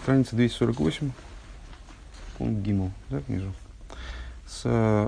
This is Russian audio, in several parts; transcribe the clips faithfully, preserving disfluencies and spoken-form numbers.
страница двести сорок восемь, пункт Гимл, да, внизу. С,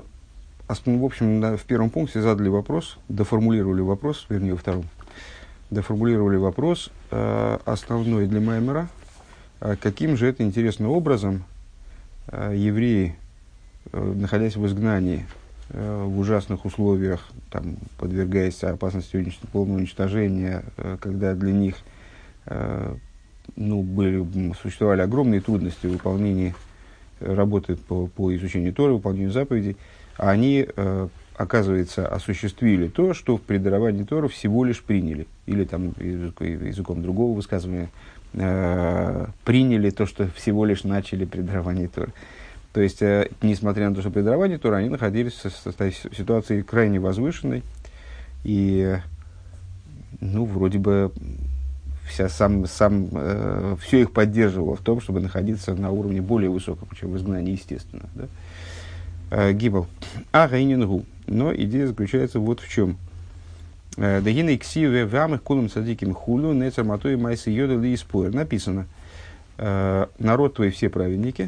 в общем, да, в первом пункте задали вопрос, доформулировали вопрос, вернее, во втором, доформулировали вопрос э, основной для Маймера, э, каким же это интересным образом э, евреи, э, находясь в изгнании, э, в ужасных условиях, там, подвергаясь опасности унич- полного уничтожения, э, когда для них э, ну, были, существовали огромные трудности в выполнении работы по, по изучению Торы, выполнению заповедей, они, э, оказывается, осуществили то, что в предаровании Торы всего лишь приняли. Или там языком другого высказывания э, приняли то, что всего лишь начали предарование Торы. То есть, э, несмотря на то, что предарование Торы, они находились в, в ситуации крайне возвышенной. И, ну, вроде бы, вся, сам, сам, э, все их поддерживало в том, чтобы находиться на уровне более высоком, чем в изгнании, естественно. Да? Э, Гибл. А гайнингу. Но идея заключается вот в чем. Дагины ксиве вамых кулам садиким хулю нецарматой майсы йода ли испоер. Написано: э, народ твой все праведники,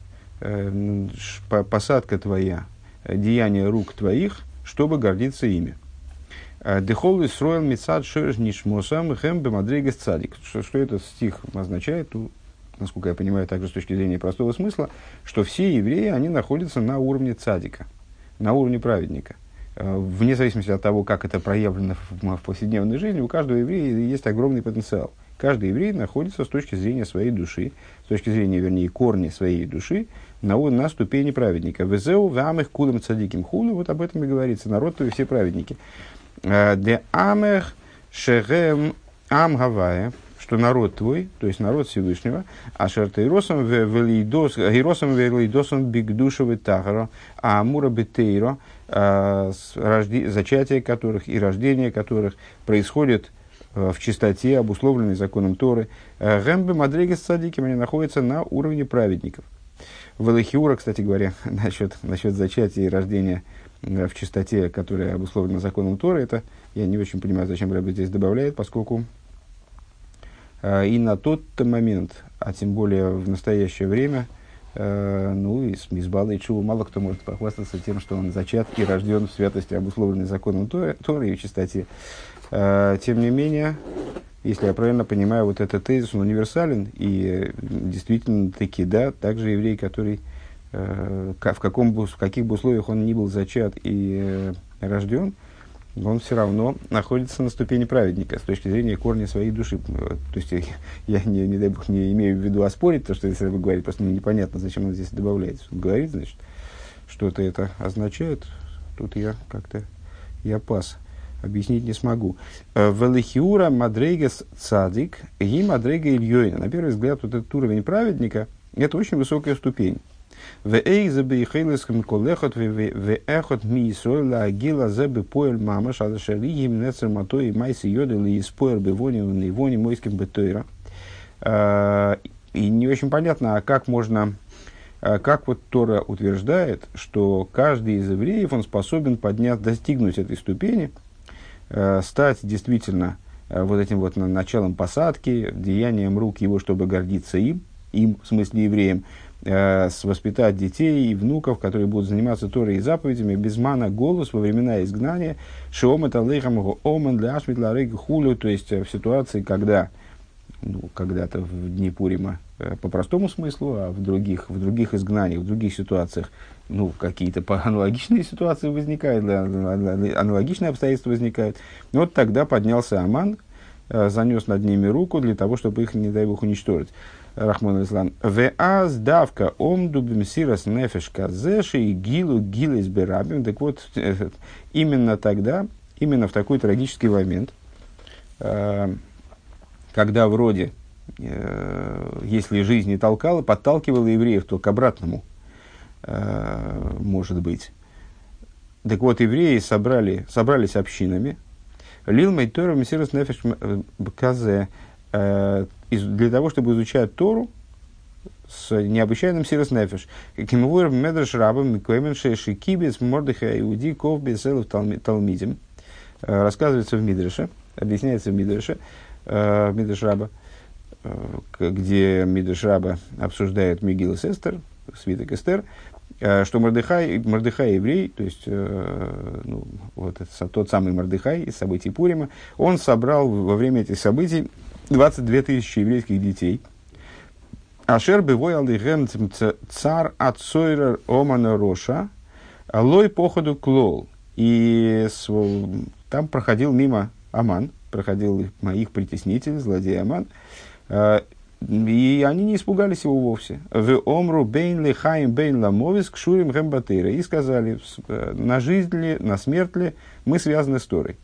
э, посадка твоя, деяния рук твоих, чтобы гордиться ими. Дехол Исроэл Мицад Шерш Нишмосам Хэм Бемадригас Цадик. Что этот стих означает, ну, насколько я понимаю, также с точки зрения простого смысла, что все евреи, они находятся на уровне цадика, на уровне праведника. Вне зависимости от того, как это проявлено в, в повседневной жизни, у каждого еврея есть огромный потенциал. Каждый еврей находится с точки зрения своей души, с точки зрения, вернее, корня своей души, на, на ступени праведника. Везеу вамых кулам цадиким хулу, вот об этом и говорится, народ твой все праведники. Де амех шегем ам гавая, что народ твой, то есть народ Всевышнего, а шертейросом велейдосом велейдосом бигдушевый тахаро, а амура бетейро, зачатие которых и рождение которых происходит в чистоте, обусловленной законом Торы. Гэмбе мадригес цадиким, они находятся на уровне праведников. Велихиура, кстати говоря, насчет, насчет зачатия и рождения в чистоте, которая обусловлена законом Торы, это я не очень понимаю, зачем Ребе здесь добавляет, поскольку э, и на тот момент, а тем более в настоящее время, э, ну, из Мизбала и Чува мало кто может похвастаться тем, что он зачат и рожден в святости, обусловленной законом Торы, Торы и в чистоте. Э, тем не менее, если я правильно понимаю, вот этот тезис, он универсален, и действительно таки, да, также еврей, который в, каком бы, в каких бы условиях он ни был зачат и э, рожден, он все равно находится на ступени праведника с точки зрения корня своей души. То есть я, не, не дай бог, не имею в виду оспорить то, что если вы говорите, просто мне непонятно, зачем он здесь добавляется. Он говорит, значит, что-то это означает. Тут я как-то я пас. Объяснить не смогу. Велихиура мадрейгас цадик и мадрейга ильёйна. На первый взгляд, вот этот уровень праведника – это очень высокая ступень. В эйзабейхейлеском колехот в эхот миисойла агила зебе поэль мама шадашали им нецерматой майси йодели и споэр бевони невони мойским бетойра. И не очень понятно, а как можно, как вот Тора утверждает, что каждый из евреев, он способен поднять, достигнуть этой ступени, стать действительно вот этим вот началом посадки, деянием рук его, чтобы гордиться им, им, в смысле евреям, э, воспитать детей и внуков, которые будут заниматься Торой и заповедями, без мана голос во времена изгнания, шиом это лейхам омен для ашмит ларейг хулю, то есть в ситуации, когда, ну, когда-то в дни Пурима э, по простому смыслу, а в других, в других изгнаниях, в других ситуациях, ну, какие-то аналогичные ситуации возникают, аналогичные обстоятельства возникают. И вот тогда поднялся Аман, э, занес над ними руку для того, чтобы их, не дай бог, уничтожить. Рахман Ислам. Веаз давка омду бимсирас нефеш казеши и гилу гилес берабим. Так вот, именно тогда, именно в такой трагический момент, э, когда вроде, э, если жизнь не толкала, подталкивала евреев, то к обратному, э, может быть. Так вот, евреи собрали, собрались общинами. Лил мейтору мсирас нефеш казе. Для того, чтобы изучать Тору с необычайным сирос нефеш. Кимвур медреш рабам миквемен шеши кибец мордыха иуди ков беселов талмидим. Рассказывается в Мидреше, объясняется в Мидреше, в Мидреш раба, где Мидраш Раба обсуждает Мегилас Эстер, свиток Эстер, что Мордехай, Мордехай еврей, то есть ну, вот это, тот самый Мордехай из событий Пурима, он собрал во время этих событий двадцать две тысячи еврейских детей. Ашер бывой алдыгэм цар ацойрер омана роша, лой походу клол. И с, там проходил мимо Аман, проходил их притеснитель, злодей Аман, и они не испугались его вовсе. В омру бейн ли хаим бейн ламовис к шурим гэмбатыра. И сказали, на жизнь ли, на смерть ли мы связаны с Торой.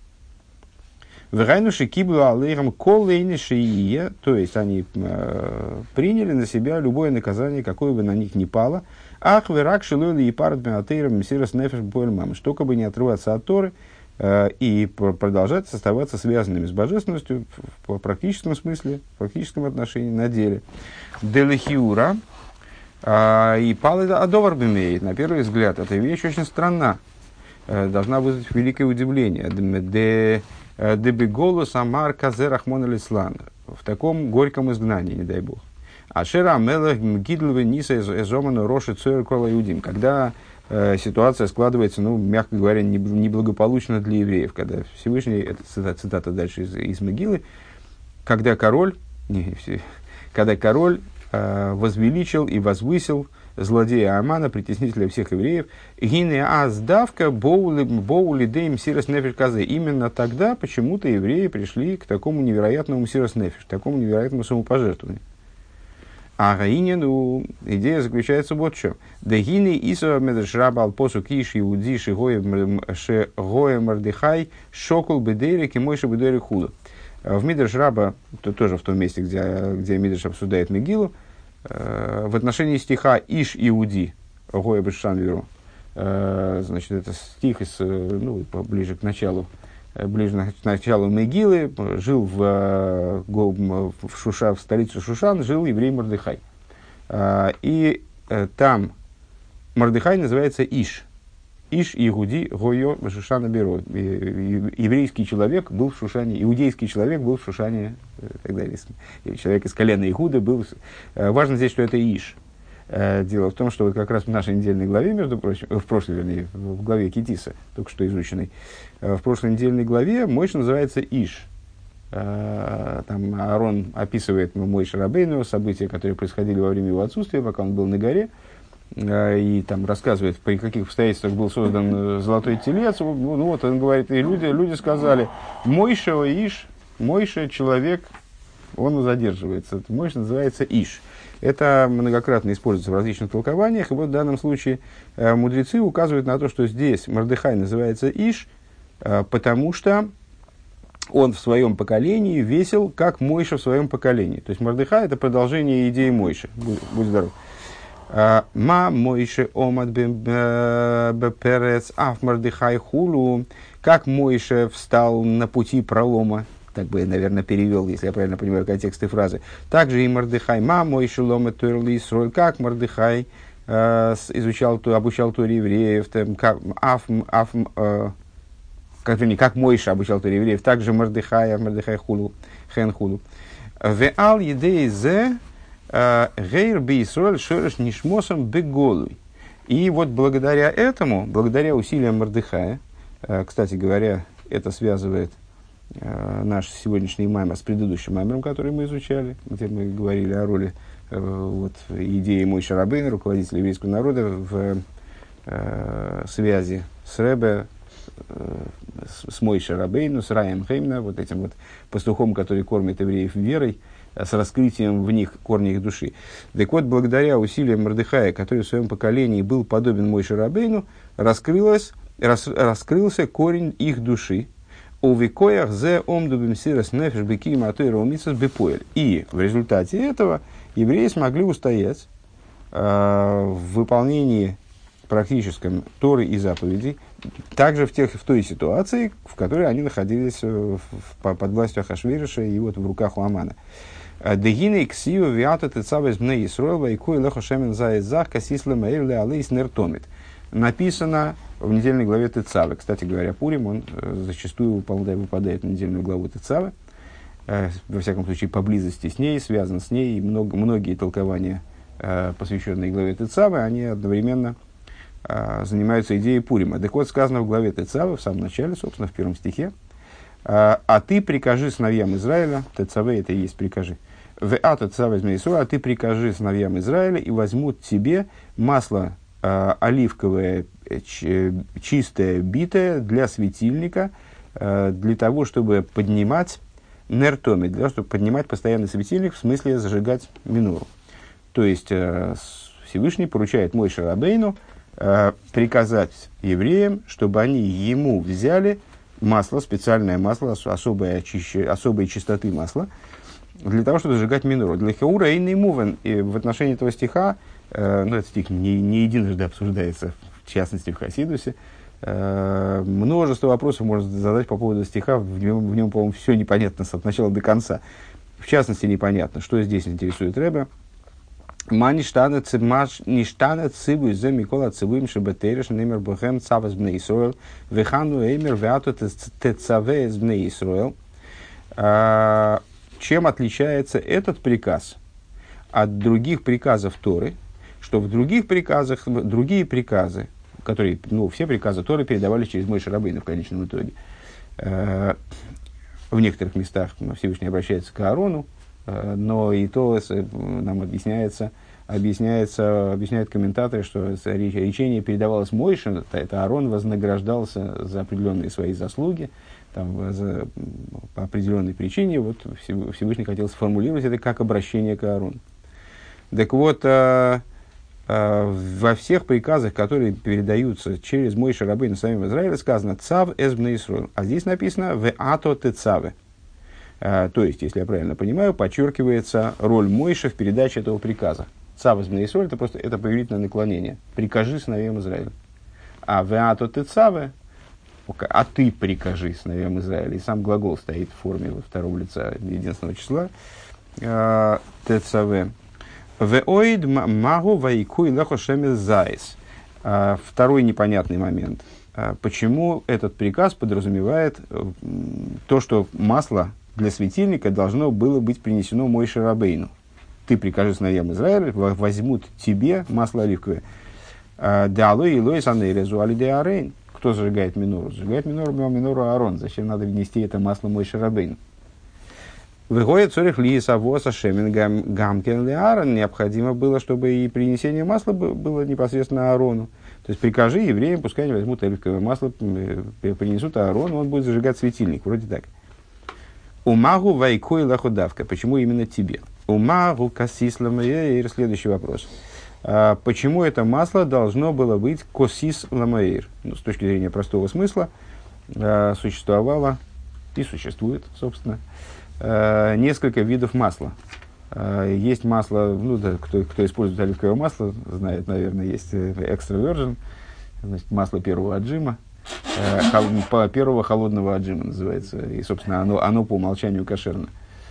В гайнуши киблу алейхам коллейни шиие, то есть они э, приняли на себя любое наказание, какое бы на них ни пало. Ах, верак шилули и парад бенатейрам мсирас нефеш бойльмам, чтобы бы не отрываться от Торы э, и продолжать оставаться связанными с божественностью в, в практическом смысле, в практическом отношении, на деле. Делихиура э, и палы адовар бемеет. На первый взгляд, эта вещь очень странна, э, должна вызвать великое удивление. Де Дебеголус Амар Казе Рахмон Алислан. В таком горьком изгнании, не дай бог. Ашера Мелах Гидлве Ниса Эзоману Роши Цойр Кола Иудим. Когда э, ситуация складывается, ну, мягко говоря, неблагополучно для евреев. Когда Всевышний, это цитата, цитата дальше из, из Мегилы, когда король, не, все, когда король э, возвеличил и возвысил злодея Амана, притеснителя всех евреев, гине аздавка боули дейм сирос нефиш казе. Именно тогда почему-то евреи пришли к такому невероятному сирос нефиш, к такому невероятному самопожертвованию. А гаине, ну, идея заключается вот в чем. Дагины исо медршраба алпосу киш иуди шигоя мордехай шокол бедерик и мойша бедерик худу. В Мидраш Раба, то тоже в том месте, где, где Мидраш обсуждает Мегилу, в отношении стиха «Иш Иуди», Гоя Бешан Веру, значит, это стих из, ну, ближе к началу, ближе к началу Мегилы, жил в, в, Шуша, в столице Шушан, жил еврей Мордехай. И там Мордехай называется Иш. Иш Иуди Гойо Бешушана Беро. Еврейский человек был в Шушане, иудейский человек был в Шушане, и так далее. Человек из колена Иуда был. Важно здесь, что это Иш. Дело в том, что вот как раз в нашей недельной главе, между прочим, в прошлой, вернее, в главе Китиса, только что изученной, в прошлой недельной главе Мойша называется Иш. Там Аарон описывает Мойше Рабейну события, которые происходили во время его отсутствия, пока он был на горе. И там рассказывает, при каких обстоятельствах был создан золотой телец. Ну, ну вот он говорит, и люди, люди сказали, Мойша Иш, Мойша человек, он задерживается. Мойша называется Иш. Это многократно используется в различных толкованиях. И вот в данном случае э, мудрецы указывают на то, что здесь Мордехай называется Иш, э, потому что он в своем поколении весел, как Мойша в своем поколении. То есть Мордехай — это продолжение идеи Мойши. Будь, будь здоров. Ма Мойше омад беперец аф Мордехай хулу. Как Мойше встал на пути пролома. Так бы я, наверное, перевел, если я правильно понимаю контексты фразы. Также и Мордехай. Ма Мойше ломет Торли Исроль. Как Мордехай э, изучал, обучал Торе евреев. Там, как, аф, аф, э, как, вернее, как Мойше обучал Торе евреев. Также Мордехай, Мордехай хулу. Хен хулу. Веал едей зе. Гейр бейсроль шореш нишмосом беголуй. И вот благодаря этому, благодаря усилиям Мордехая, кстати говоря, это связывает наш сегодняшний маймер с предыдущим маймером, который мы изучали, где мы говорили о роли вот, идеи Мойше Рабейну, руководителя еврейского народа, в э, связи с Ребе, э, с, с Мойше Рабейну, с Раем Хеймна, вот этим вот пастухом, который кормит евреев верой, с раскрытием в них корней их души. Так вот, благодаря усилиям Мордехая, который в своем поколении был подобен Мойше Рабейну, раскрылось, рас, раскрылся корень их души. И в результате этого евреи смогли устоять э, в выполнении практическом Торы и заповедей, также в, тех, в той ситуации, в которой они находились в, в, под властью Ахашвироша и вот в руках у Амана. Дегины ксию виата тецавес бней Исроэл вайкуй лехо шемен заэзах касисла мэйрле алейс нертомит. Написано в недельной главе Тецавы. Кстати говоря, Пурим, он зачастую выпадает на недельную главу Тецавы. э, во всяком случае, поблизости с ней, связан с ней, и много, многие толкования, э, посвященные главе Тецавы, они одновременно э, занимаются идеей Пурима. Так вот, сказано в главе Тецавы, в самом начале, собственно, в первом стихе, э, «А ты прикажи сыновьям Израиля», Тецаве это и есть «прикажи», «В а Тецаве из Мейсуа, а ты прикажи сыновьям Израиля, и возьмут тебе масло э, оливковое, ч, чистое, битое для светильника, э, для того, чтобы поднимать нертоми, для того, чтобы поднимать постоянный светильник, в смысле зажигать минору». То есть, э, Всевышний поручает Моше Рабейну э, приказать евреям, чтобы они ему взяли масло, специальное масло, особой, очищ... особой чистоты масла, для того, чтобы зажигать минору. Для Хеура и Неймувен. И в отношении этого стиха, э, ну, этот стих не, не единожды обсуждается, в частности, в Хасидусе, э, множество вопросов можно задать по поводу стиха, в нем, в нем, по-моему, все непонятно от начала до конца. В частности, непонятно, что здесь интересует Ребе. «Ма ништана цибу зе микола цибуим шебетереш немер бухем цавес бней Исроэл вехану эймер веату тецавес бней Исроэл». Чем отличается этот приказ от других приказов Торы, что в других приказах, другие приказы, которые, ну, все приказы Торы передавались через Моше Рабейну в конечном итоге. Э, в некоторых местах Всевышний обращается к Аарону, э, но и то нам объясняется, объясняется, объясняют комментаторы, что речение передавалось Моше, это Аарон вознаграждался за определенные свои заслуги, там, за, по определенной причине, вот Всевышний хотел сформулировать это как обращение к Аарону. Так вот, а, а, во всех приказах, которые передаются через Моше Рабейну самим Израиля, сказано «Цав эс бней Исроэл», а здесь написано «Ве ато тецаве». А, то есть, если я правильно понимаю, подчеркивается роль Моше в передаче этого приказа. «Цав эс бней Исроэл» — это просто это повелительное наклонение. «Прикажи сыновьям Израиля». А «Ве ато тецаве», а ты прикажи сыновьям Израиля. И сам глагол стоит в форме во второго лица единственного числа. Тецаве. Веоид магу вайкуй лехошемес заис. Второй непонятный момент. Почему этот приказ подразумевает то, что масло для светильника должно было быть принесено Моше Рабейну? Ты прикажи сыновьям Израиля, возьмут тебе масло оливковое. Дало и лоис анейрезу алидеарейн. Кто зажигает минору? Зажигает минору, минору Аарон. Зачем надо внести это масло Моше Рабейну? Выходит, цорих лиса воса шемен гамкен ли Аарон. Необходимо было, чтобы и принесение масла было непосредственно Аарону. То есть прикажи евреям, пускай они возьмут оливковое масло, принесут Аарону, он будет зажигать светильник. Вроде так. Умагу вайкой лахудавка. Почему именно тебе? Умагу касис ламаэйр. Следующий вопрос. А почему это масло должно было быть косис ламаэйр? Ну, с точки зрения простого смысла, а, существовало и существует, собственно, а, несколько видов масла. А, есть масло, ну да, кто, кто использует оливковое масло, знает, наверное, есть extra virgin, значит, масло первого отжима, а, первого холодного отжима называется, и, собственно, оно, оно по умолчанию кошерно.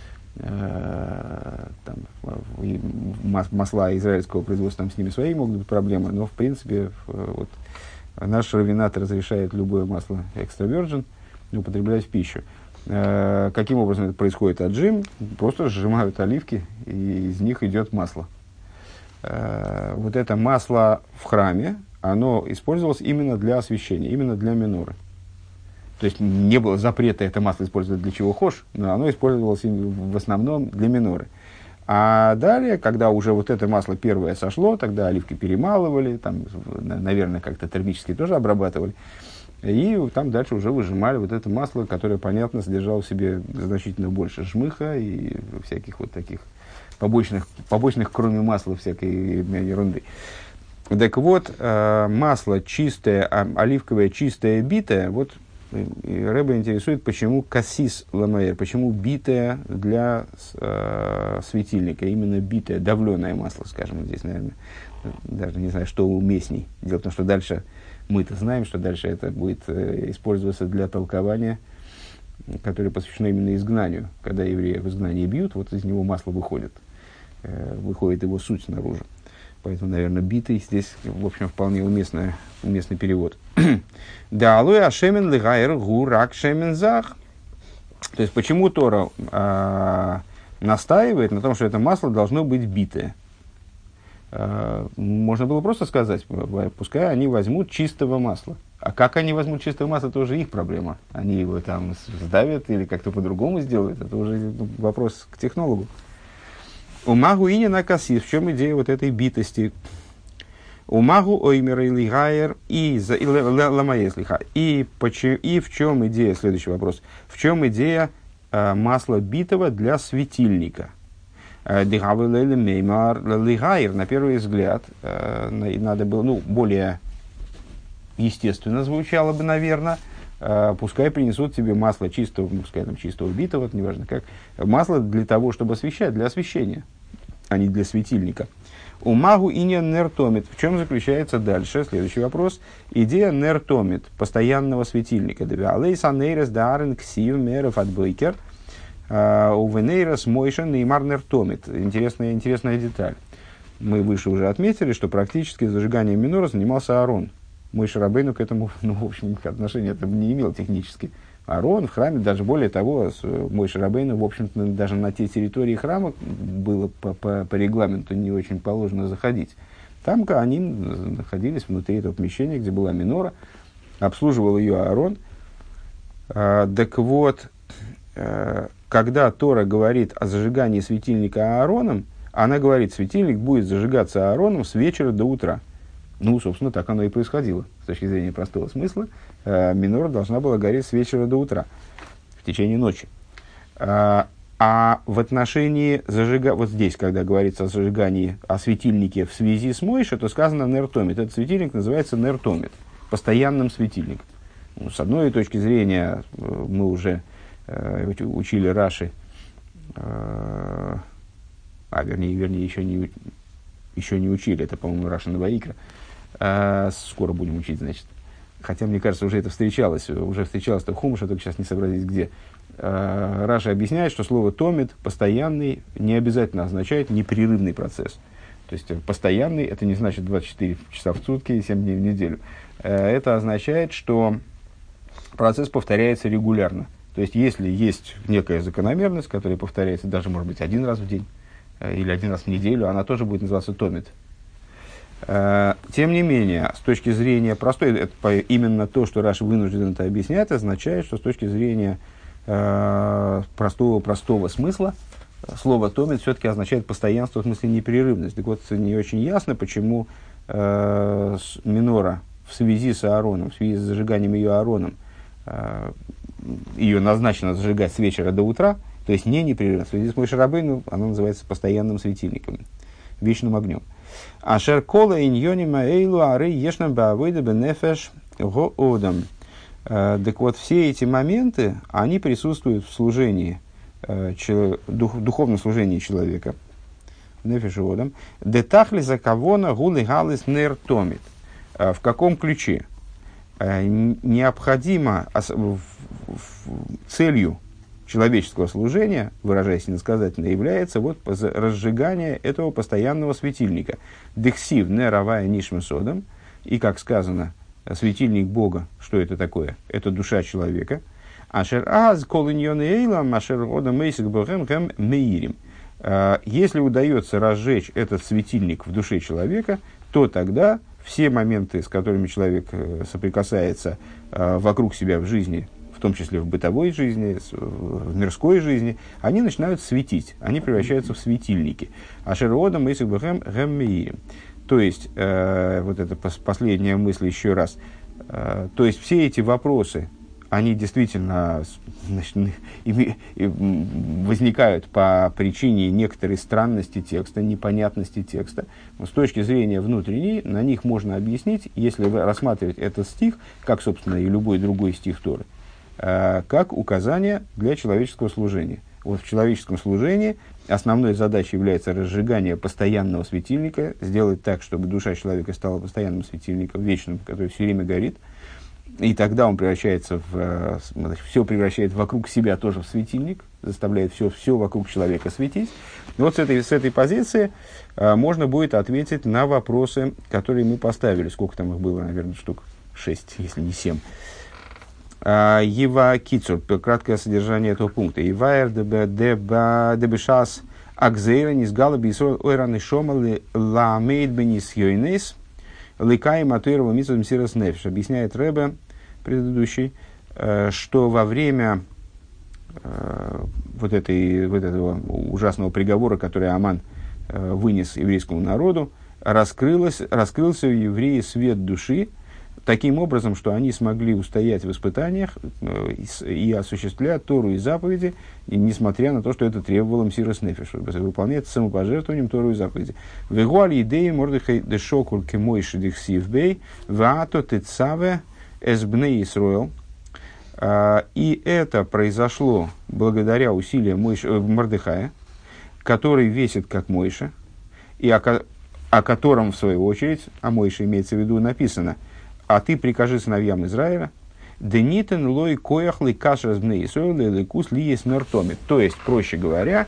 Там, масла израильского производства, там с ними свои могут быть проблемы, но в принципе вот, наш раввинат разрешает любое масло extra virgin употреблять в пищу. Каким образом это происходит отжим? Просто сжимают оливки, и из них идет масло. Вот это масло в храме, оно использовалось именно для освещения, именно для миноры. То есть не было запрета это масло использовать для чего хошь, но оно использовалось в основном для миноры. А далее, когда уже вот это масло первое сошло, тогда оливки перемалывали, там, наверное, как-то термически тоже обрабатывали. И там дальше уже выжимали вот это масло, которое, понятно, содержало в себе значительно больше жмыха и всяких вот таких побочных, побочных кроме масла, всякой ерунды. Так вот, масло чистое, оливковое чистое, битое, вот Рэбе интересует, почему кассис ламаэр, почему битое для э, светильника, именно битое, давленое масло, скажем, здесь, наверное, даже не знаю, что уместней. Дело в том, что дальше, мы-то знаем, что дальше это будет э, использоваться для толкования, которое посвящено именно изгнанию. Когда еврея в изгнании бьют, вот из него масло выходит, э, выходит его суть наружу. Поэтому, наверное, битый здесь, в общем, вполне уместный, уместный перевод. Да, алой ашемен лигайр гу рак шемен зах. То есть, почему Тора э, настаивает на том, что это масло должно быть битое? Э, можно было просто сказать, пускай они возьмут чистого масла. А как они возьмут чистое масло, это уже их проблема. Они его там сдавят или как-то по-другому сделают. Это уже вопрос к технологу. Умагу и не накасис. В чем идея вот этой битости? Умагу оймер или гайер и ламаеслиха. И в чем идея? Следующий вопрос. В чем идея э, масла битого для светильника? Дигавы меймар лигайер. На первый взгляд э, надо было, ну, более естественно звучало бы, наверное, э, пускай принесут тебе масло чистого, пускай там чистого битого, неважно как, масло для того, чтобы освещать, для освещения, а не для светильника. Умагу и не нертомит. В чем заключается дальше? Следующий вопрос. Идея нертомит, постоянного светильника. Алейса нейрес дарен ксив меров отбойкер. Увенейрес мойшен неймар нертомит. Интересная, интересная деталь. Мы выше уже отметили, что практически зажиганием минора занимался Аарон. Мойше Рабейну к этому, ну, в общем, отношения это не имел технически. Аарон в храме, даже более того, Мойше Рабейну, в общем-то, даже на те территории храма было по, по, по регламенту не очень положено заходить. Там они находились внутри этого помещения, где была минора, обслуживал ее Аарон. А, так вот, а, когда Тора говорит о зажигании светильника Аароном, она говорит, светильник будет зажигаться Аароном с вечера до утра. Ну, собственно, так оно и происходило. С точки зрения простого смысла, э, минора должна была гореть с вечера до утра, в течение ночи. А, а в отношении зажигания, вот здесь, когда говорится о зажигании, о светильнике в связи с Мойше, то сказано нертомит. Этот светильник называется нертомит, постоянным светильником. Ну, с одной точки зрения, э, мы уже э, учили Раши, э, а вернее, вернее еще, не, еще не учили, это, по-моему, Раши на Ваикра. Скоро будем учить, значит. Хотя, мне кажется, уже это встречалось. Уже встречалось-то в Хумаше, только сейчас не сообразить, где. Раша объясняет, что слово «томит», постоянный, не обязательно означает непрерывный процесс. То есть, постоянный, это не значит двадцать четыре часа в сутки и семь дней в неделю. Это означает, что процесс повторяется регулярно. То есть, если есть некая закономерность, которая повторяется даже, может быть, один раз в день или один раз в неделю, она тоже будет называться «томит». Тем не менее, с точки зрения простой, это именно то, что Раши вынужден это объяснять, означает, что с точки зрения э, простого, простого смысла, слово «томит» все-таки означает постоянство, в смысле непрерывность. Так вот, не очень ясно, почему э, минора в связи с Аароном, в связи с зажиганием ее Аароном, э, ее назначено зажигать с вечера до утра, то есть не непрерывно. В связи с Мойше Рабейну она называется постоянным светильником, вечным огнем. Ашер кола иньонима эйлу ары ешнам баавойда бенефеш гоодам. Так вот, все эти моменты, они присутствуют в служении, дух, духовном служении человека. Нефеш гоодам. Детахли за кавона гулы галис нертомит. В каком ключе? Необходимо целью человеческого служения, выражаясь иносказательно, является вот разжигание этого постоянного светильника. Дексив не равая нишмы содом. И, как сказано, светильник Бога, что это такое? Это душа человека. Ашер аз колиньон эйлам, ашер ода мейсик богем гэм меирим. Если удается разжечь этот светильник в душе человека, то тогда все моменты, с которыми человек соприкасается вокруг себя в жизни, в том числе в бытовой жизни, в мирской жизни, они начинают светить, они превращаются в светильники. А шеродом и сигбхэм гэммиирим. То есть, э, вот эта последняя мысль еще раз, э, то есть все эти вопросы, они действительно, значит, возникают по причине некоторой странности текста, непонятности текста. Но с точки зрения внутренней, на них можно объяснить, если рассматривать этот стих, как, собственно, и любой другой стих Торы, как указание для человеческого служения. Вот в человеческом служении основной задачей является разжигание постоянного светильника, сделать так, чтобы душа человека стала постоянным светильником, вечным, который все время горит. И тогда он превращается в... Все превращает вокруг себя тоже в светильник, заставляет все, все вокруг человека светить. И вот с этой, с этой позиции а, можно будет ответить на вопросы, которые мы поставили. Сколько там их было? Наверное, штук шесть, если не семь. Ева Кицур, краткое содержание этого пункта. Еваер дебешас акзейра низгала бисор ойраны шомалы ламейд бенис йойнес ликай матуирова митсвам сирос нефиш. Объясняет Ребе предыдущий, что во время вот, этой, вот этого ужасного приговора, который Аман вынес еврейскому народу, раскрылось, раскрылся в евреи свет души, таким образом, что они смогли устоять в испытаниях и осуществлять Тору и заповеди, и несмотря на то, что это требовало мсирос нефеш, выполнять самопожертвованием Тору и заповеди. «Вегуаль идеи мордыхай дешокуль кемойши дихсивбей ваато тецаве эсбней Исроэл». И это произошло благодаря усилиям Мордехая, который весит как Мойша, и о, о котором, в свою очередь, о Мойше имеется в виду, написано: «А ты прикажи сыновьям Израиля, денитен лой коях ли каш разбней Исроэля ли кус ли есть нортоми». То есть, проще говоря,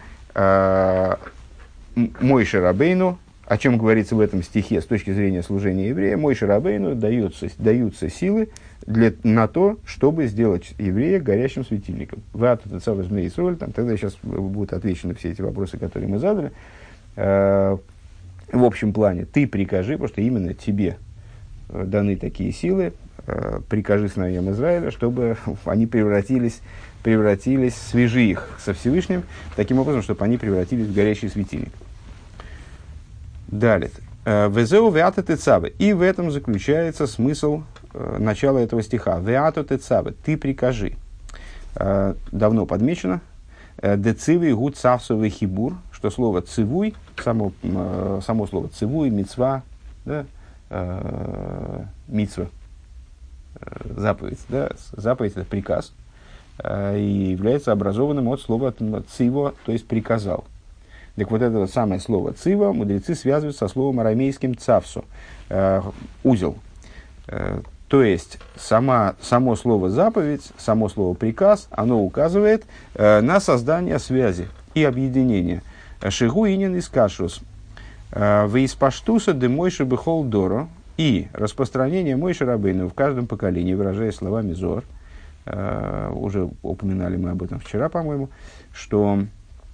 Мойше Рабейну, о чем говорится в этом стихе с точки зрения служения еврея, Мойше Рабейну даются, даются силы для, на то, чтобы сделать еврея горящим светильником. Там тогда сейчас будут отвечены все эти вопросы, которые мы задали. В общем плане, ты прикажи, потому что именно тебе даны такие силы, прикажи сыновьям Израиля, чтобы они превратились, превратились, свяжи их со Всевышним, таким образом, чтобы они превратились в горящий светильник. Далее. «Везеу веата тецаве». И в этом заключается смысл начала этого стиха. «Веато тецаве». Ты прикажи. Давно подмечено. «Децивый гуд савсовый хибур», что слово «цивуй», само, само слово «цивуй», «мицва», да, «мицва», заповедь, да, заповедь – это приказ, и является образованным от слова «циво», то есть «приказал». Так вот это вот самое слово «цива» мудрецы связывают со словом арамейским «цавсу», э, «узел». Э, то есть, сама, само слово «заповедь», само слово «приказ», оно указывает э, на создание связи и объединения. «Шигу инин из кашус». «Веиспаштуса де Мойше бехол доро». И распространение Мойше Рабейну в каждом поколении, выражаясь словами Зоар. Э, уже упоминали мы об этом вчера, по-моему, что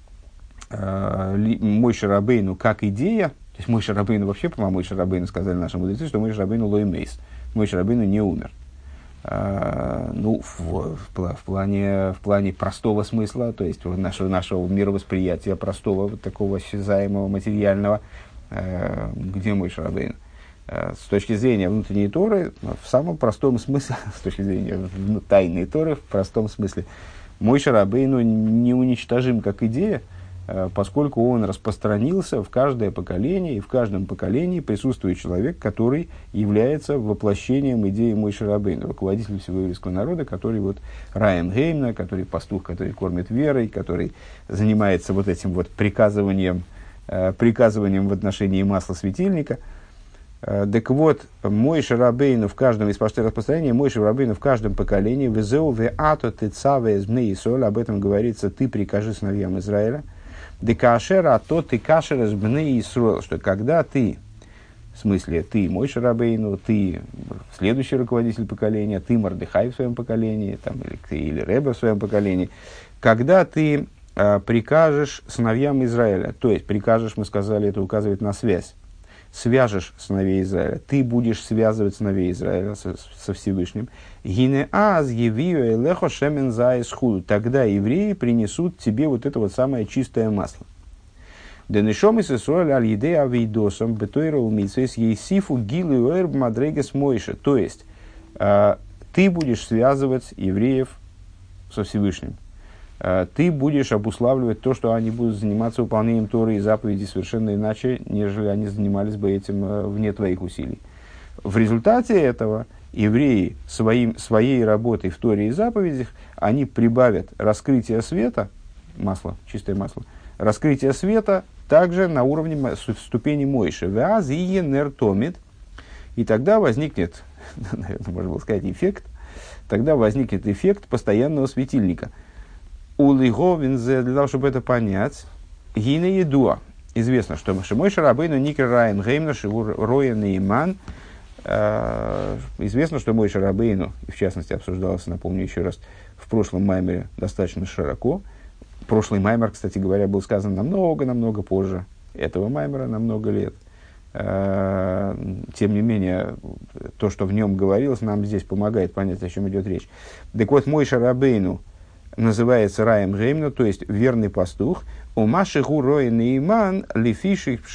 Мойше Рабейну как идея, то есть Мойше Рабейну вообще, по-моему, Мойше Рабейну сказали наши мудрецы, что Мойше Рабейну лой мейс, Мойше Рабейну не умер. А, ну, в, в, в, плане, в плане простого смысла, то есть нашего, нашего мировосприятия простого, вот такого осязаемого, материального, а, где Мойше Рабейну. А, с точки зрения внутренней Торы, в самом простом смысле, с точки зрения ну, тайной Торы, в простом смысле, Мойше Рабейну неуничтожим как идея, поскольку он распространился в каждое поколение, и в каждом поколении присутствует человек, который является воплощением идеи Мойше Рабейну, руководитель всего еврейского народа, который вот Раем Геймна, который пастух, который кормит верой, который занимается вот этим вот приказыванием, э, приказыванием в отношении масла светильника. Э, так вот, Мойше Рабейну в каждом, из пошты распространения, Мойше Рабейну в каждом поколении, «Везеу веато тецаве эзбней Исроэль», об этом говорится: «Ты прикажи сыновьям Израиля». Декашера, а то ты кашер из бней Исроэл, что когда ты, в смысле, ты Мойше Рабейну, ты следующий руководитель поколения, ты Мордехай в своем поколении, там, или, ты, или Ребе в своем поколении, когда ты а, прикажешь сыновьям Израиля, то есть прикажешь, мы сказали, это указывает на связь, свяжешь сыновей Израиля, ты будешь связывать сыновей Израиля со, со Всевышним, гинеаз евию элехо шемен заисхуду, тогда евреи принесут тебе вот это вот самое чистое масло. Денешом из Исроэля аль едей авейдосом бетойра умитсвейс ейсифу гилу эрб мадрегес Мойше, то есть э, ты будешь связывать евреев со Всевышним. Ты будешь обуславливать то, что они будут заниматься выполнением Торы и заповедей совершенно иначе, нежели они занимались бы этим вне твоих усилий. В результате этого евреи своим, своей работой в Торе и заповедях, они прибавят раскрытие света, масло, чистое масло, раскрытие света также на уровне ступени Мойши. Веаз и нертомит. И тогда возникнет, наверное, можно было сказать, эффект, тогда возникнет эффект постоянного светильника. Улиговинзе, для того, чтобы это понять, гине едуа. Известно, что Мойше Рабейну никер раем геймна шивур роя нейман Э, известно, что Мойше Рабейну, в частности, обсуждалось, напомню еще раз, в прошлом маймере достаточно широко. Прошлый маймер, кстати говоря, был сказан намного-намного позже этого маймера, на много лет. Э, тем не менее, то, что в нем говорилось, нам здесь помогает понять, о чем идет речь. Так вот, Мойше Рабейну называется Раем Геймну, то есть верный пастух. У Маши Гуроя Нейман лифи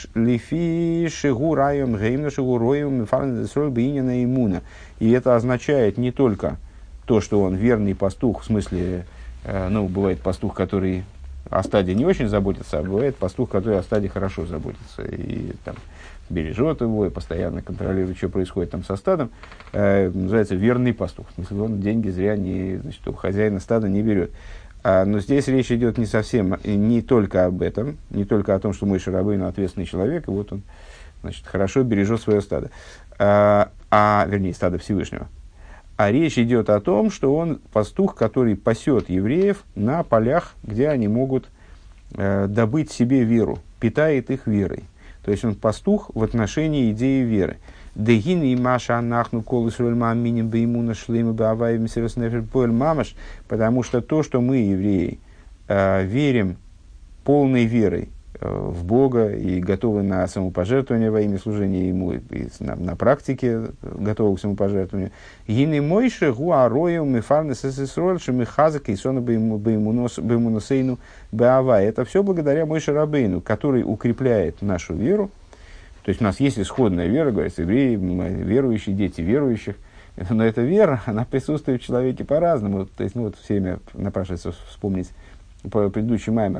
Шигу Раем Геймну Шигу Роем Мифарнадесроль Бейнина Имуна. И это означает не только то, что он верный пастух, в смысле, э, ну, бывает пастух, который о стаде не очень заботится, а бывает пастух, который о стаде хорошо заботится. И там бережет его, и постоянно контролирует, что происходит там со стадом. Э, называется верный пастух. В смысле, он деньги зря не, значит, у хозяина стада не берет. А, но здесь речь идет не совсем, не только об этом, не только о том, что Мойше Рабейну ответственный человек, и вот он, значит, хорошо бережет свое стадо, а, а, вернее, стадо Всевышнего. А речь идет о том, что он пастух, который пасет евреев на полях, где они могут э, добыть себе веру, питает их верой. То есть он пастух в отношении идеи веры. Дегин и Маша Анахну Колысроль Маминим Беймуна Шлейма Бааваем Сироснефер Поэль Мамаш, потому что то, что мы, евреи, э, верим полной верой э, в Бога и готовы на самопожертвование во имя служения Ему, и на, на практике готовы к самопожертвованию. Гины Мойше Гуароем Мифарнес Сесроль Шемихазак и Сона Беймуносейну Баава. Это все благодаря Мойше Рабейну, который укрепляет нашу веру. То есть у нас есть исходная вера, говорится, евреи, верующие, дети верующих. Но эта вера, она присутствует в человеке по-разному. То есть, ну вот все время напрашивается вспомнить предыдущий маймер.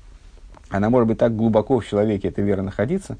Она может быть так глубоко в человеке, эта вера, находиться,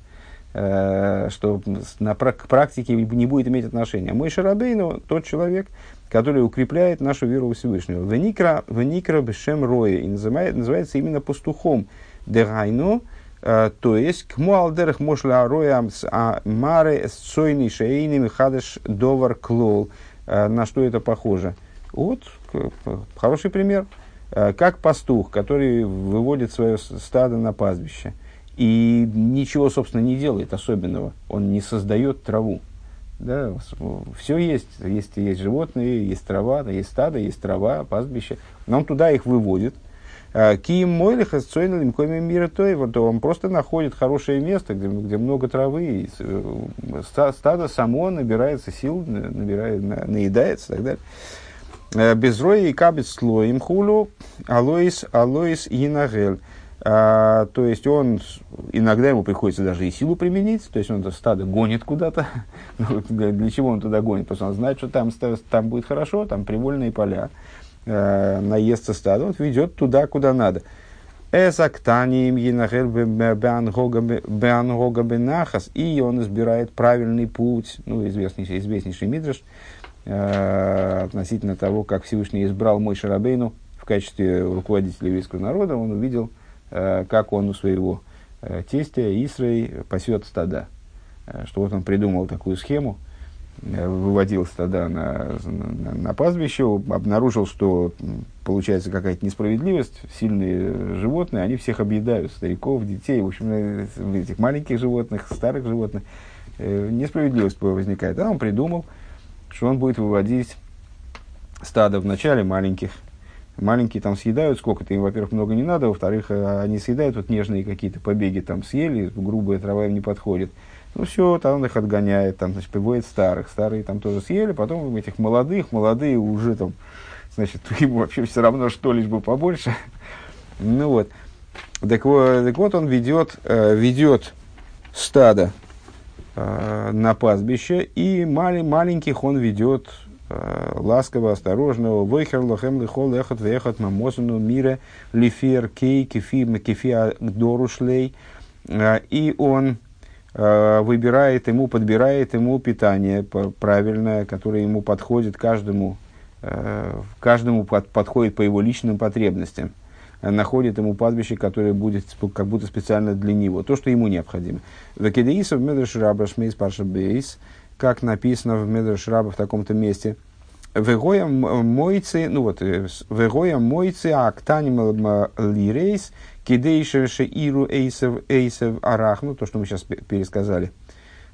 э, что на, к практике не будет иметь отношения. Мойше Рабейну – тот человек, который укрепляет нашу веру в Всевышнего. Веникра бешем роя. И называется именно пастухом. Дерайну. Uh, то есть, к муалдерах мошла роя маре сойный шейный хадыш довар клол. На что это похоже? Вот, хороший пример. Uh, как пастух, который выводит свое стадо на пастбище и ничего, собственно, не делает особенного. Он не создает траву. Да? Все есть. есть. Есть животные, есть трава, есть стадо, есть трава, пастбище. Но он туда их выводит. Киим Мойлиха с Цойнелем Коми Мира Той, вот он просто находит хорошее место, где, где много травы, и стадо само набирается сил, набирает, на, наедается и так далее. Без роя и кабец слоем хулу, алоис, алоис инагель. А, то есть он, иногда ему приходится даже и силу применить, то есть он это стадо гонит куда-то. Для чего он туда гонит? Потому что он знает, что там, там будет хорошо, там привольные поля. Наестся стадо, вот ведет туда, куда надо. Эсактанием енахел беангога бенахас, и он избирает правильный путь, ну, известнейший, известнейший мидраш, э, относительно того, как Всевышний избрал Мойше Рабейну в качестве руководителя еврейского народа. Он увидел, э, как он у своего э, тестя Исрой пасет стада. Э, что вот он придумал такую схему, выводил стада на, на, на пастбище, обнаружил, что получается какая-то несправедливость, сильные животные, они всех объедают, стариков, детей, в общем, этих маленьких животных, старых животных, несправедливость возникает. А он придумал, что он будет выводить стадо вначале маленьких, маленькие там съедают, сколько-то им, во-первых, много не надо, во-вторых, они съедают, вот нежные какие-то побеги там съели, грубая трава им не подходит. Ну все, там он их отгоняет, там, значит, приводит старых, старые там тоже съели, потом этих молодых, молодые уже там, значит, ему вообще все равно, что лишь бы побольше. Ну вот, так вот, так вот он ведет, э, ведет стадо э, на пастбище, и мали, маленьких он ведет э, ласково, осторожно, вейхер лохем лихол эхот вехот мамосуну мире лифер кей кефи кефи дорушлей, и он выбирает ему, подбирает ему питание правильное, которое ему подходит каждому, каждому под, подходит по его личным потребностям. Находит ему пастбище, которое будет как будто специально для него, то, что ему необходимо. Векедеисов медреш раба шмейс парша бейс, как написано в медреш раба в таком-то месте. Вегоя мойцы, ну вот, вегоя мойцы актаним лирейс, кидейшевше иру эйсев эйсев арахну, то, что мы сейчас пересказали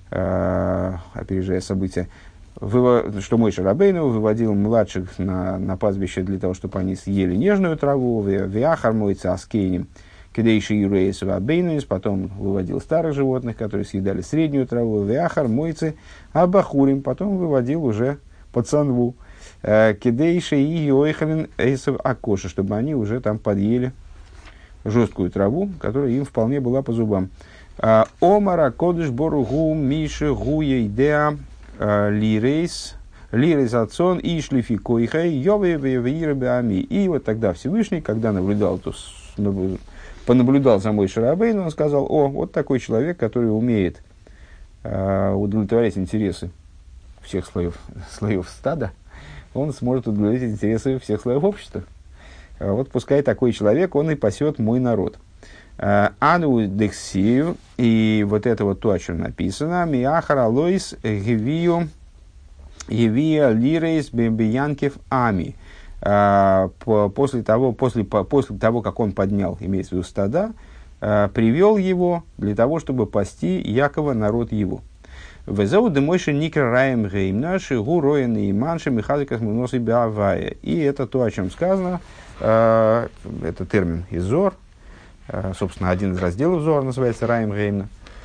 э, опережая события, выво, что Мойше Рабейну выводил младших на, на пастбище для того, чтобы они съели нежную траву, виахар мойца аскейним, кедейши юрейс вабейнуис, потом выводил старых животных, которые съедали среднюю траву, виахар мойцы абахурим, потом выводил уже пацанву, кедейши и йойхалин эйсов акоши, чтобы они уже там подъели жесткую траву, которая им вполне была по зубам. Омара кодыш боругу миши гуейдеа лирейс лирейс отцон и шлификойхай йове веирбеами. И вот тогда Всевышний, когда наблюдал, то понаблюдал за Мойше Рабейну, он сказал: о, вот такой человек, который умеет э, удовлетворять интересы всех слоев, слоев стада, он сможет удовлетворять интересы всех слоев общества. А вот пускай такой человек, он и пасет мой народ. Ану дексию, и вот это вот то, о чем написано, миахара лоис гевию гевия лирейс бембиянкев ами. После того, после, после того, как он поднял, имеется в виду стада, привел его для того, чтобы пасти Якова, народ его. Везеу демойши никра раем гейм наши гуроен и манши михаликас муносы биавая. И это то, о чем сказано, это термин из Зор. Собственно, один из разделов Зора называется Раим Геймна,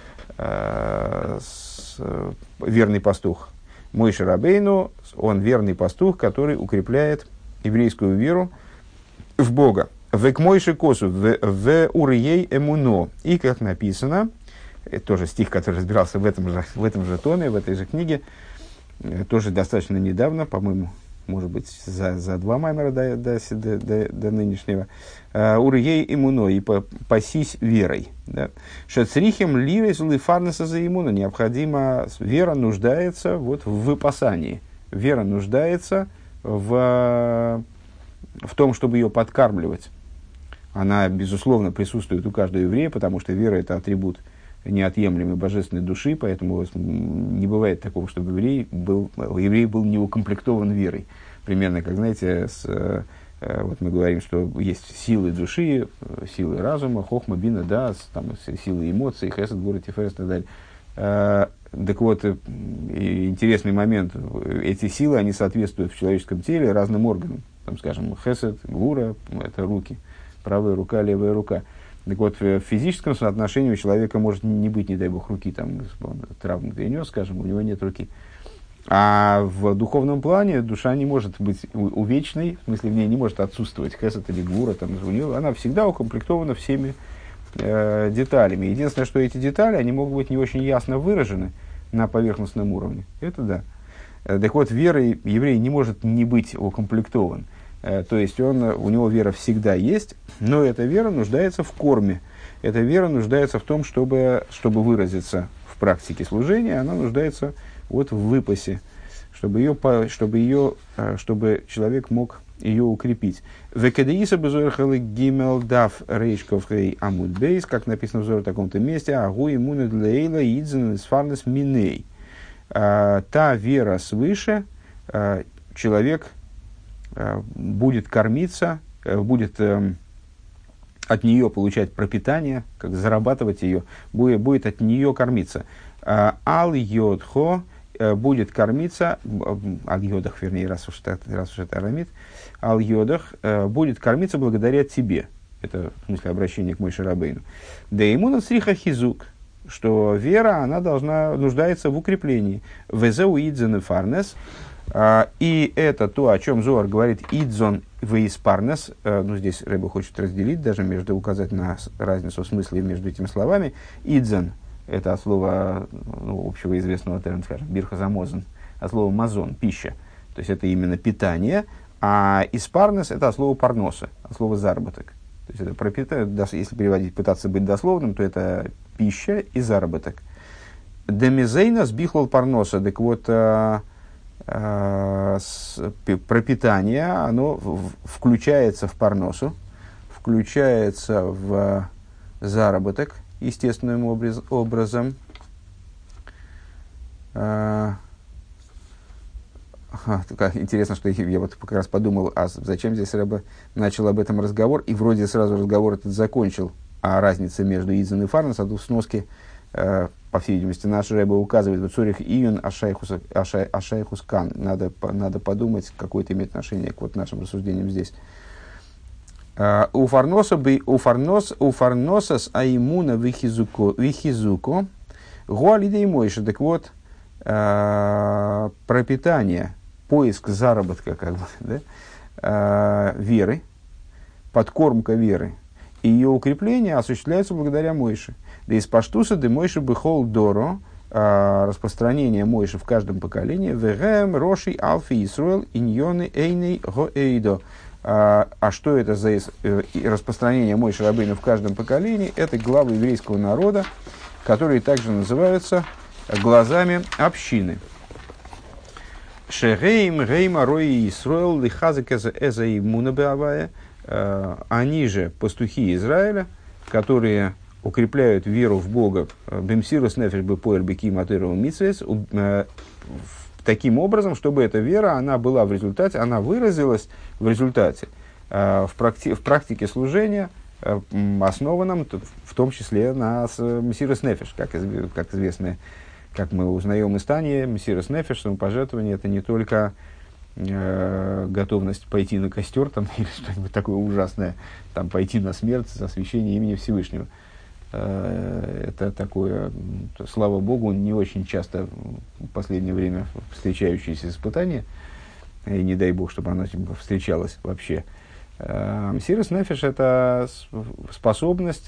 верный пастух. Мойше Рабейну, он верный пастух, который укрепляет еврейскую веру в Бога. Век Мойше косу, в урьей эмуно. И, как написано, это тоже стих, который разбирался в этом же, в этом же томе, в этой же книге, тоже достаточно недавно, по-моему, может быть, за, за два маймера до, до, до, до нынешнего. Урьей имуно, и пасись верой. Шацрихем ливес лифарнеса за имуна. Необходимо, вера нуждается вот в выпасании. Вера нуждается в, в том, чтобы ее подкармливать. Она, безусловно, присутствует у каждого еврея, потому что вера – это атрибут неотъемлемой божественной души, поэтому не бывает такого, чтобы еврей был, еврей был не укомплектован верой. Примерно, как, знаете, с, вот мы говорим, что есть силы души, силы разума, хохма, бина, да, там, силы эмоций, хесед, гвора, тиферес и так далее. Так вот, интересный момент, эти силы, они соответствуют в человеческом теле разным органам. Там, скажем, хесед, гвора, это руки, правая рука, левая рука. Так вот, в физическом соотношении у человека может не быть, не дай бог, руки, там, травму перенес, скажем, у него нет руки. А в духовном плане душа не может быть увечной, в смысле, в ней не может отсутствовать хесед или гвура, там, у нее, она всегда укомплектована всеми э, деталями. Единственное, что эти детали, они могут быть не очень ясно выражены на поверхностном уровне. Это да. Так вот, верой еврей не может не быть укомплектован. То есть он, у него вера всегда есть, но эта вера нуждается в корме. Эта вера нуждается в том, чтобы, чтобы выразиться в практике служения, она нуждается вот в выпасе, чтобы, ее, чтобы, ее, чтобы человек мог ее укрепить. Векадеиса безуэрхалы гимел дав рейшков хей амуд бейс, как написано в Зоре в таком-то месте, агу имуны длейла идзен сфарнес миней. Та вера свыше, человек будет кормиться, будет э, от нее получать пропитание, как зарабатывать ее, будет, будет от нее кормиться. Ал-йодхо э, будет кормиться, ал-йодах, вернее, раз уж это, раз уж это арамид, ал-йодах э, будет кормиться благодаря тебе. Это в смысле обращение к Мойше Рабейну. Да ему нацриха хизук, что вера, она должна, нуждается в укреплении. Везеу идзен и фарнес. Uh, и это то, о чем Зоар говорит «идзон вейспарнес». Uh, ну, здесь Рэбе хочет разделить, даже между, указать на разницу в смысле между этими словами. «Идзон» — это от слова, ну, общего известного термина, скажем, «бирхазамозен», от слова «мазон» — «пища». То есть, это именно питание. А «испарнес» — это от слова «парноса», от слова «заработок». То есть, это пропитание, если переводить, пытаться быть дословным, то это пища и заработок. «Демизейна сбихлал парноса». Так вот, пропитание, оно включается в парносу, включается в заработок естественным образ, образом. А, интересно, что я вот как раз подумал, а зачем здесь Рэбе начал об этом разговор, и вроде сразу разговор этот закончил о разнице между идзен и фарнес, а тут в сноске э, по всей видимости, наш Рэбе указывает, в Цурих июн ашайхус, ашай, ашайхус кан. Надо, надо подумать, какое это имеет отношение к вот нашим рассуждениям здесь. У фарноса у фарносас аимуна вихизуко гуалидей мойши. Так вот, пропитание, поиск заработка, как бы, да, веры, подкормка веры и ее укрепление осуществляется благодаря Мойше. Да из паштуса де Мойше бихол доро, распространение Мойше в каждом поколении, вегем роши алфи Исруэл иньоны эйней гоэйдо. А что это за распространение Мойше Рабейну в каждом поколении? Это главы еврейского народа, которые также называются глазами общины. Шегейм гейма рои Исруэл лихазек эза имуна беавая. Они же пастухи Израиля, которые укрепляют веру в Бога, бемсирус нефеш бепоэль беки матеру митсвес, таким образом, чтобы эта вера, она была в результате, она выразилась в результате в, практи, в практике служения, основанном в том числе на мсирус нефеш, как, как известно, как мы узнаем из Тани, мсирус нефеш, самопожертвование, это не только э, готовность пойти на костер там, или что-нибудь такое ужасное, там, пойти на смерть за освящение имени Всевышнего. Это такое, слава Богу, не очень часто в последнее время встречающееся испытание, и не дай Бог, чтобы оно встречалось вообще. Мсирус нефеш – это способность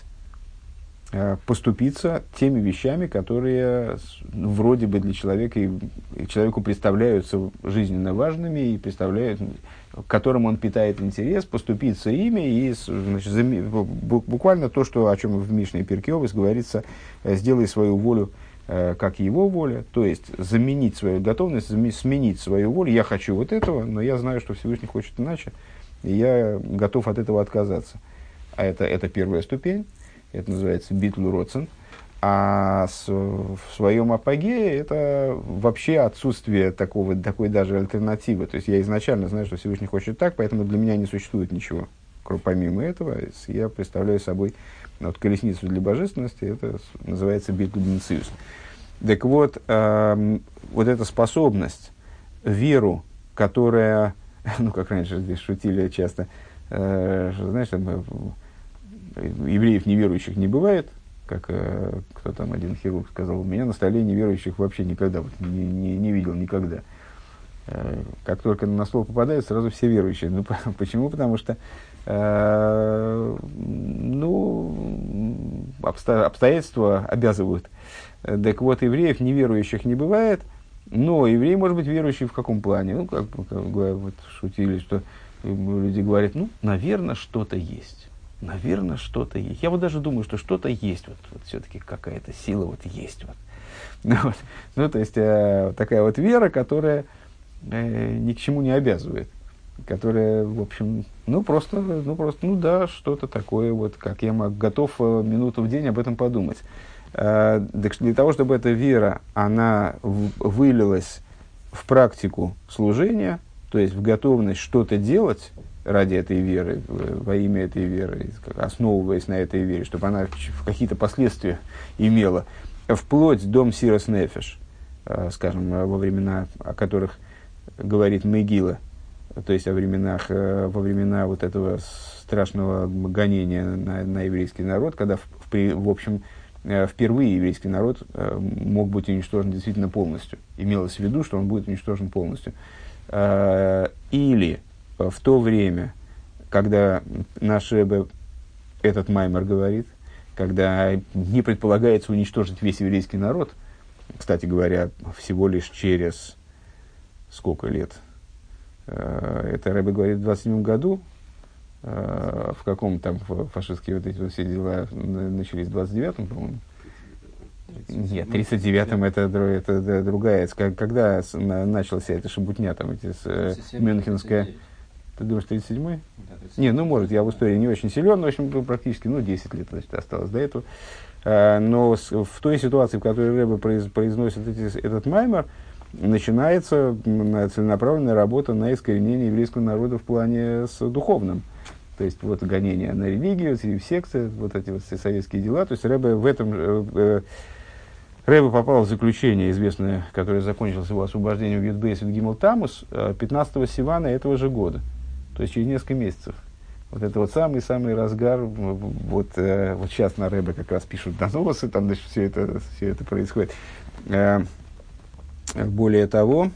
поступиться теми вещами, которые вроде бы для человека и человеку представляются жизненно важными и представляют, к которым он питает интерес, поступиться ими и, значит, буквально то, что, о чем в Мишне Пиркей Авос говорится, сделай свою волю как его воля, то есть заменить свою готовность, сменить свою волю. Я хочу вот этого, но я знаю, что Всевышний хочет иначе, и я готов от этого отказаться. А это, это первая ступень. Это называется битлу роцен. А с, в своем апогее это вообще отсутствие такого, такой даже альтернативы. То есть я изначально знаю, что Всевышний хочет так, поэтому для меня не существует ничего. Помимо этого, я представляю собой вот, колесницу для божественности. Это называется битлу бенциус. Так вот, э, вот эта способность, веру, которая, ну как раньше здесь шутили часто, э, что, знаешь, там, евреев неверующих не бывает, как э, кто там, один хирург сказал, у меня на столе неверующих вообще никогда, вот, не, не, не видел никогда. Э, как только на стол попадает, сразу все верующие. Ну, по, почему? Потому что э, ну, обсто, обстоятельства обязывают. Так вот, евреев неверующих не бывает, но еврей может быть верующий в каком плане? Ну, как, как вот, шутили, что люди говорят, ну, наверное, что-то есть. Наверное, что-то есть. Я вот даже думаю, что что-то есть. Вот, вот все-таки какая-то сила вот есть. Вот. Ну, вот. Ну, то есть, э, такая вот вера, которая э, ни к чему не обязывает. Которая, в общем, ну, просто, ну, просто, ну, да, что-то такое, вот, как я могу, готов э, минуту в день об этом подумать. Э, так что для того, чтобы эта вера, она в, вылилась в практику служения, то есть в готовность что-то делать ради этой веры, во имя этой веры, основываясь на этой вере, чтобы она какие-то последствия имела, вплоть до мсирус нефеш, скажем, во времена, о которых говорит Мегила, то есть о временах, во времена вот этого страшного гонения на, на еврейский народ, когда, в, в, в общем, впервые еврейский народ мог быть уничтожен действительно полностью. Имелось в виду, что он будет уничтожен полностью. Или в то время, когда наш Ребе этот маймер говорит, когда не предполагается уничтожить весь еврейский народ, кстати говоря, всего лишь через сколько лет? Это Ребе говорит в двадцать седьмом году, в каком там фашистские вот эти вот все дела начались в двадцать девятом, по-моему. Нет, тридцать девятом это, это другая. Когда начался эта шебутня, там, эти, с, Мюнхенская... Ты думаешь, тридцать седьмой? Да, не, ну, может, я в истории не очень силен, но, в общем, практически, ну, десять лет, значит, осталось до этого. А, но с, в той ситуации, в которой Ребе произ, произносит эти, этот маймер, начинается целенаправленная работа на искоренение еврейского народа в плане с духовным. То есть, вот, гонения на религию, в секты, вот эти вот все советские дела. То есть, Ребе в этом... Э, Рэбе попал в заключение, известное, которое закончилось его освобождением в Юдбейс в Гимл Тамус пятнадцатого Сивана этого же года, то есть через несколько месяцев. Вот это вот самый-самый разгар, вот, э, вот сейчас на Рэбе как раз пишут доносы, там значит, все, это, все это происходит. Э, более того,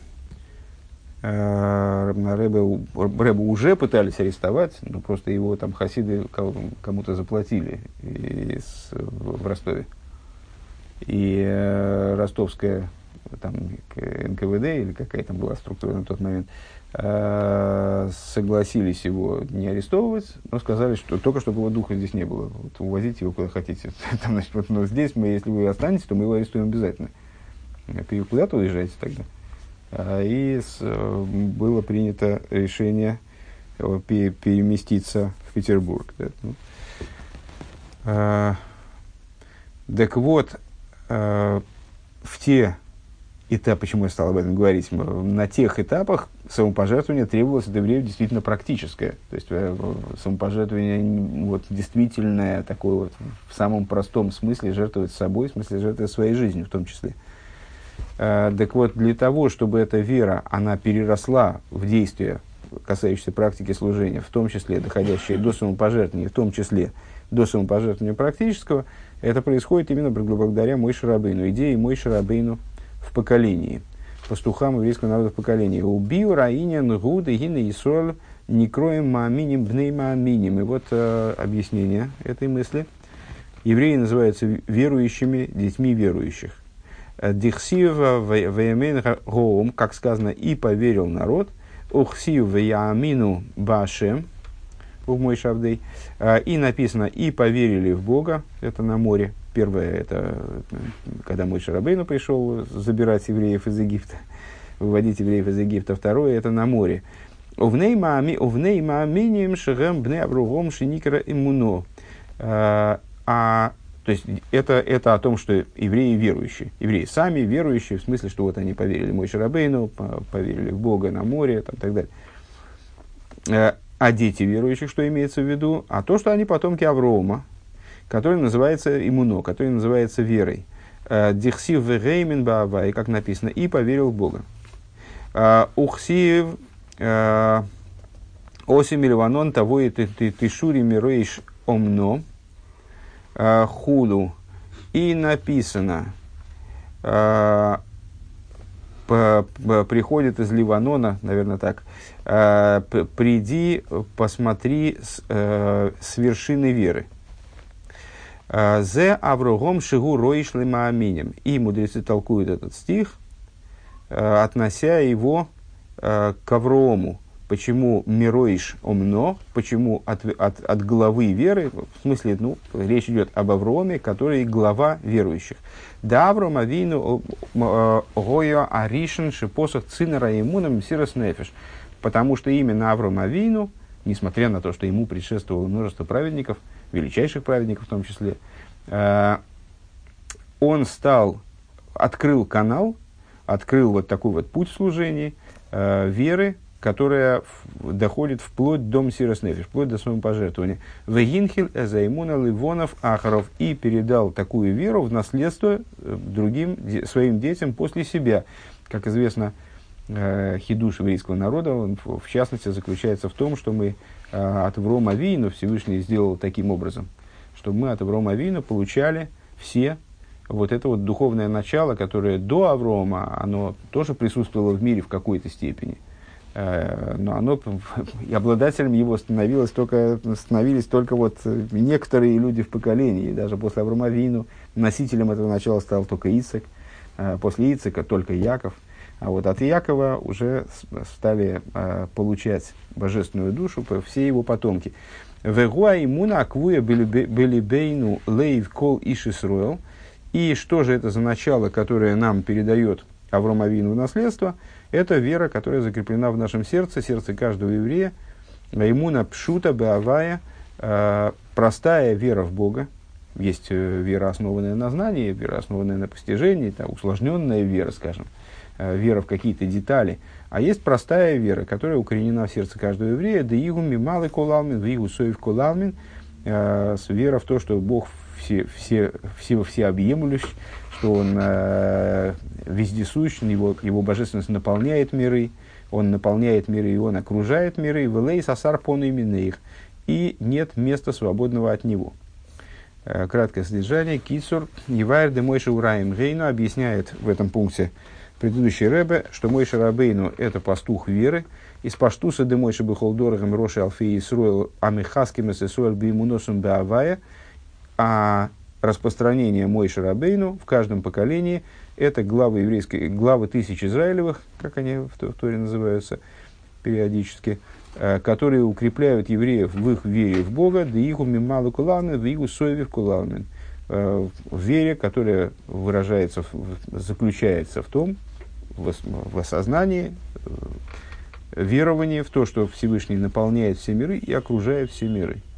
э, на Рэбе, Рэбе уже пытались арестовать, но просто его там хасиды кому-то заплатили из, в Ростове. И э, ростовская там, эн ка вэ дэ, или какая там была структура на тот момент, э, согласились его не арестовывать, но сказали, что только чтобы его духа здесь не было. Вот, увозите его куда хотите. Там, значит, вот, но здесь мы, если вы останетесь, то мы его арестуем обязательно. Куда-то уезжаете тогда. А, и с, было принято решение переместиться в Петербург. Да, ну. а, так вот, а, в те этапы, почему я стал об этом говорить, на тех этапах самопожертвование требовалось от евреев действительно практическое. То есть самопожертвование вот, действительное, такое вот, в самом простом смысле жертвовать собой, в смысле жертвовать своей жизнью в том числе. А, так вот, для того, чтобы эта вера, она переросла в действие, касающееся практики служения, в том числе доходящее до самопожертвования, в том числе до самопожертвования практического, это происходит именно благодаря Моше Рабейну, идее Моше Рабейну в поколении, пастухам еврейского народа в поколении. «Убию раинен гуды гины Исроль некроем мааминим бней мааминим». И вот э, объяснение этой мысли. Евреи называются верующими детьми верующих. «Дихсива веемен гоом», как сказано, «и поверил народ». «Ухсив веяамину башем», и написано «и поверили в Бога», это на море. Первое, это когда Моше Рабейну пришел забирать евреев из Египта, выводить евреев из Египта. Второе, это на море. «Увней мааминим шехем бне Авругом шиникра иммуно». А, то есть, это, это о том, что евреи верующие. Евреи сами верующие, в смысле, что вот они поверили Моше Рабейну, поверили в Бога на море, там, и так далее. А дети верующих, что имеется в виду? А то, что они потомки Аврома, который называется иммуно, который называется верой. Дихсив вегеймин баавай, как написано, и поверил в Бога. Ухсив оси мильванон того и тишури мирейш омно худу. И написано, приходит из Ливанона, наверное так, приди, посмотри с, с вершины веры. Зе Аврогом шигу роишли мааминем. И мудрецы толкуют этот стих, относя его к Аврому. Почему мироиш омно? Почему от, от, от главы веры? В смысле, ну, речь идет об Авроме, который глава верующих. Да Авром авину гоя аришен шипосах цинера имуном сирос нефеш. Потому что именно Авром авину, несмотря на то, что ему предшествовало множество праведников, величайших праведников в том числе, э, он стал, открыл канал, открыл вот такой вот путь служения э, веры, которая в, доходит вплоть до Мсирос Нефеш, вплоть до самопожертвования. Вегинхил эзаймуна ливонов ахаров, и передал такую веру в наследство другим де, своим детям после себя. Как известно, э, хидуш еврейского народа, он, в частности, заключается в том, что мы э, от Аврома Авину Всевышний сделал таким образом, что мы от Аврома Авину получали все вот это вот духовное начало, которое до Аврома, оно тоже присутствовало в мире в какой-то степени. Но оно, и обладателем его становилось только, становились только вот некоторые люди в поколении. Даже после Аврома Авину носителем этого начала стал только Ицек, после Ицека только Яков. А вот от Якова уже стали получать божественную душу все его потомки. «Вегуа имуна аквуя белибейну лейв кол иш Исруэл». И что же это за начало, которое нам передает Авром Авину в наследство? Это вера, которая закреплена в нашем сердце, сердце каждого еврея. Имуна пшута беавая, простая вера в Бога. Есть вера, основанная на знании, вера, основанная на постижении, та, усложненная вера, скажем, вера в какие-то детали. А есть простая вера, которая укоренена в сердце каждого еврея. Да игу мималы колалмин, в игу соев колалмин. Вера в то, что Бог все, все, все, всеобъемлющ, что он э, вездесущ, его, его божественность наполняет миры, он наполняет миры, и он окружает миры, велей сасар пон именно их, и нет места свободного от него. Э, краткое содержание. Кицур Евайр де Мойше Ураим Гейну объясняет в этом пункте предыдущий Ребе, что Мойше Рабейну – это пастух веры, из паштуса де Мойше бехол дорогам роши алфеи Исруэл амихаским эсэсуэль бимуносум беавая, а распространение Мойше Рабейну в каждом поколении – это главы еврейской, главы тысяч Израилевых, как они в Торе называются периодически, которые укрепляют евреев в их вере в Бога, да иху мималу кулалмен, да иху соевив кулалмен, в вере, которая выражается, заключается в том, в осознании, веровании в то, что Всевышний наполняет все миры и окружает все миры.